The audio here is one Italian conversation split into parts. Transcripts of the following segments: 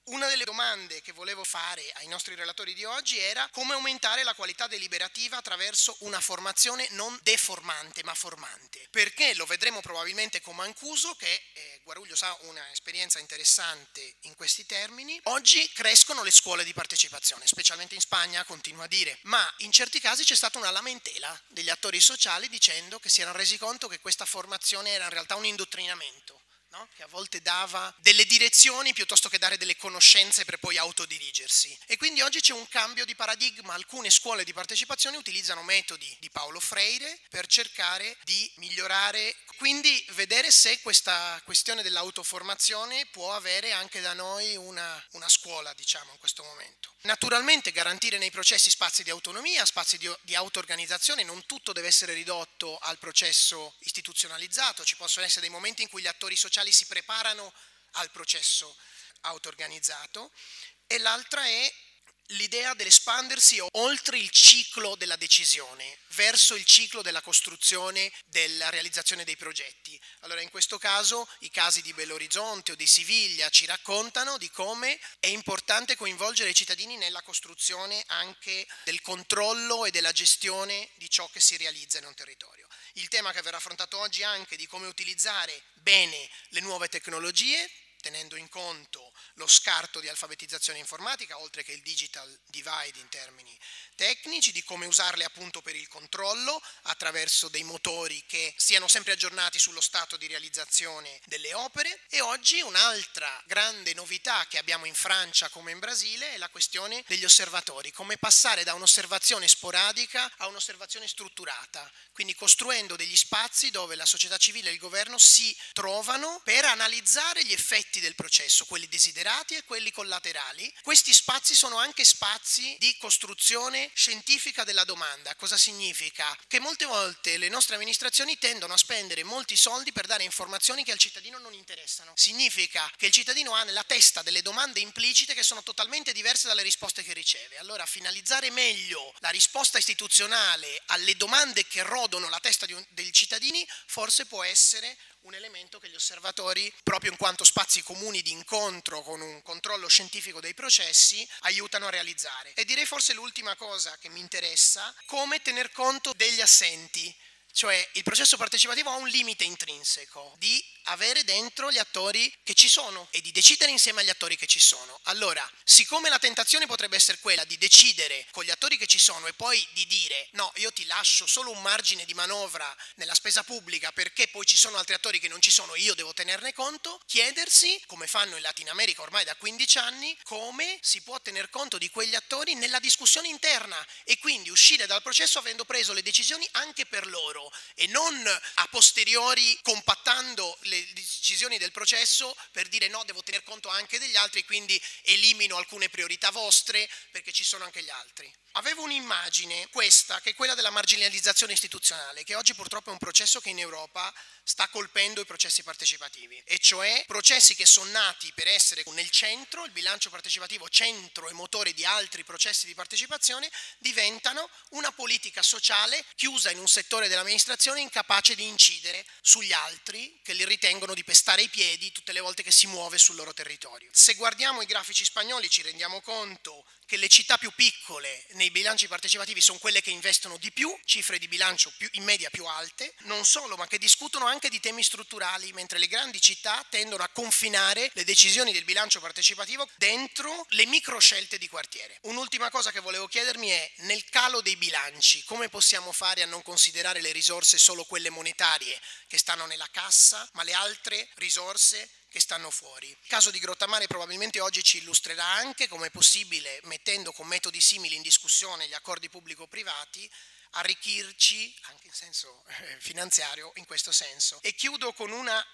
Una delle domande che volevo fare ai nostri relatori di oggi era come aumentare la qualità deliberativa attraverso una formazione non deformante ma formante. Perché lo vedremo probabilmente con Mancuso, che Guaruglio sa una esperienza interessante in questi termini. Oggi crescono le scuole di partecipazione, specialmente in Spagna, continua a dire, ma in certi casi c'è stata una lamentela degli attori sociali dicendo che si erano resi conto che questa formazione era in realtà un indottrinamento. No? Che a volte dava delle direzioni piuttosto che dare delle conoscenze per poi autodirigersi. E quindi oggi c'è un cambio di paradigma. Alcune scuole di partecipazione utilizzano metodi di Paulo Freire per cercare di migliorare, quindi vedere se questa questione dell'autoformazione può avere anche da noi una scuola, diciamo, in questo momento. Naturalmente garantire nei processi spazi di autonomia, spazi di auto-organizzazione, non tutto deve essere ridotto al processo istituzionalizzato, ci possono essere dei momenti in cui gli attori sociali si preparano al processo auto-organizzato, e l'altra è l'idea dell'espandersi oltre il ciclo della decisione, verso il ciclo della costruzione, della realizzazione dei progetti. Allora in questo caso i casi di Belo Horizonte o di Siviglia ci raccontano di come è importante coinvolgere i cittadini nella costruzione anche del controllo e della gestione di ciò che si realizza in un territorio. Il tema che verrà affrontato oggi è anche di come utilizzare bene le nuove tecnologie, tenendo in conto lo scarto di alfabetizzazione informatica, oltre che il digital divide in termini tecnici, di come usarle appunto per il controllo attraverso dei motori che siano sempre aggiornati sullo stato di realizzazione delle opere. E oggi un'altra grande novità che abbiamo in Francia come in Brasile è la questione degli osservatori, come passare da un'osservazione sporadica a un'osservazione strutturata, quindi costruendo degli spazi dove la società civile e il governo si trovano per analizzare gli effetti del processo, quelli desiderati e quelli collaterali. Questi spazi sono anche spazi di costruzione scientifica della domanda. Cosa significa? Che molte volte le nostre amministrazioni tendono a spendere molti soldi per dare informazioni che al cittadino non interessano. Significa che il cittadino ha nella testa delle domande implicite che sono totalmente diverse dalle risposte che riceve. Allora finalizzare meglio la risposta istituzionale alle domande che rodono la testa dei cittadini forse può essere un elemento che gli osservatori, proprio in quanto spazi comuni di incontro con un controllo scientifico dei processi, aiutano a realizzare. E direi forse l'ultima cosa che mi interessa, come tener conto degli assenti. Cioè il processo partecipativo ha un limite intrinseco di avere dentro gli attori che ci sono e di decidere insieme agli attori che ci sono. Allora, siccome la tentazione potrebbe essere quella di decidere con gli attori che ci sono e poi di dire no, io ti lascio solo un margine di manovra nella spesa pubblica perché poi ci sono altri attori che non ci sono e io devo tenerne conto, chiedersi, come fanno in Latino America ormai da 15 anni, come si può tener conto di quegli attori nella discussione interna e quindi uscire dal processo avendo preso le decisioni anche per loro e non a posteriori compattando le decisioni del processo per dire no, devo tener conto anche degli altri, quindi elimino alcune priorità vostre perché ci sono anche gli altri. Avevo un'immagine, questa, che è quella della marginalizzazione istituzionale, che oggi purtroppo è un processo che in Europa sta colpendo i processi partecipativi, e cioè processi che sono nati per essere nel centro, il bilancio partecipativo centro e motore di altri processi di partecipazione, diventano una politica sociale chiusa in un settore dell'amministrazione incapace di incidere sugli altri che li ritengono di pestare i piedi tutte le volte che si muove sul loro territorio. Se guardiamo i grafici spagnoli ci rendiamo conto che le città più piccole nei bilanci partecipativi sono quelle che investono di più, cifre di bilancio in media più alte, non solo, ma che discutono anche di temi strutturali, mentre le grandi città tendono a confinare le decisioni del bilancio partecipativo dentro le micro scelte di quartiere. Un'ultima cosa che volevo chiedermi è, nel calo dei bilanci, come possiamo fare a non considerare le risorse solo quelle monetarie che stanno nella cassa, ma le altre risorse che stanno fuori. Il caso di Grottamare probabilmente oggi ci illustrerà anche come è possibile, mettendo con metodi simili in discussione gli accordi pubblico-privati, arricchirci anche in senso finanziario in questo senso. E chiudo con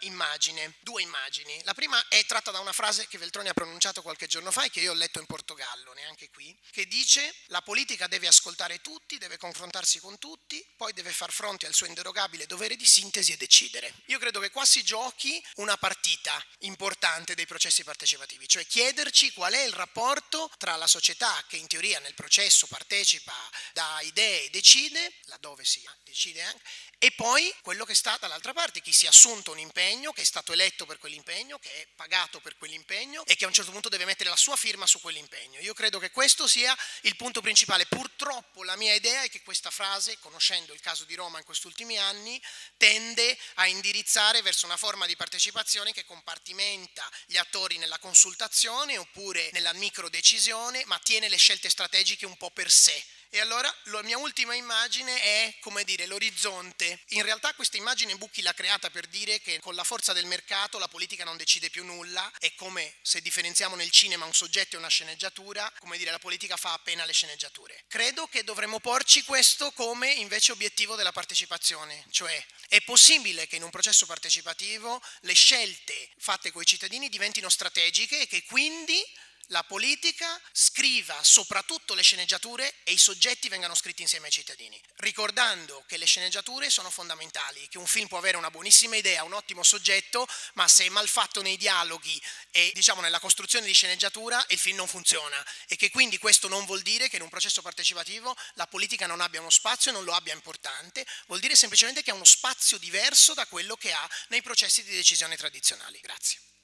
due immagini. La prima è tratta da una frase che Veltroni ha pronunciato qualche giorno fa e che io ho letto in Portogallo, neanche qui, che dice: la politica deve ascoltare tutti, deve confrontarsi con tutti, poi deve far fronte al suo inderogabile dovere di sintesi e decidere. Io credo che qua si giochi una partita importante dei processi partecipativi, cioè chiederci qual è il rapporto tra la società che in teoria nel processo partecipa, dà idee e decide, laddove si decide anche, E poi quello che sta dall'altra parte, chi si è assunto un impegno, che è stato eletto per quell'impegno, che è pagato per quell'impegno e che a un certo punto deve mettere la sua firma su quell'impegno. Io credo che questo sia il punto principale. Purtroppo la mia idea è che questa frase, conoscendo il caso di Roma in questi ultimi anni, tende a indirizzare verso una forma di partecipazione che compartimenta gli attori nella consultazione oppure nella microdecisione, ma tiene le scelte strategiche un po' per sé. E allora la mia ultima immagine è, come dire, l'orizzonte. In realtà questa immagine Bucchi l'ha creata per dire che con la forza del mercato la politica non decide più nulla, è come se differenziamo nel cinema un soggetto e una sceneggiatura, come dire, la politica fa appena le sceneggiature. Credo che dovremmo porci questo come invece obiettivo della partecipazione, cioè è possibile che in un processo partecipativo le scelte fatte coi cittadini diventino strategiche e che quindi la politica scriva soprattutto le sceneggiature e i soggetti vengano scritti insieme ai cittadini, ricordando che le sceneggiature sono fondamentali, che un film può avere una buonissima idea, un ottimo soggetto, ma se è mal fatto nei dialoghi e diciamo nella costruzione di sceneggiatura il film non funziona, e che quindi questo non vuol dire che in un processo partecipativo la politica non abbia uno spazio e non lo abbia importante, vuol dire semplicemente che ha uno spazio diverso da quello che ha nei processi di decisione tradizionali. Grazie.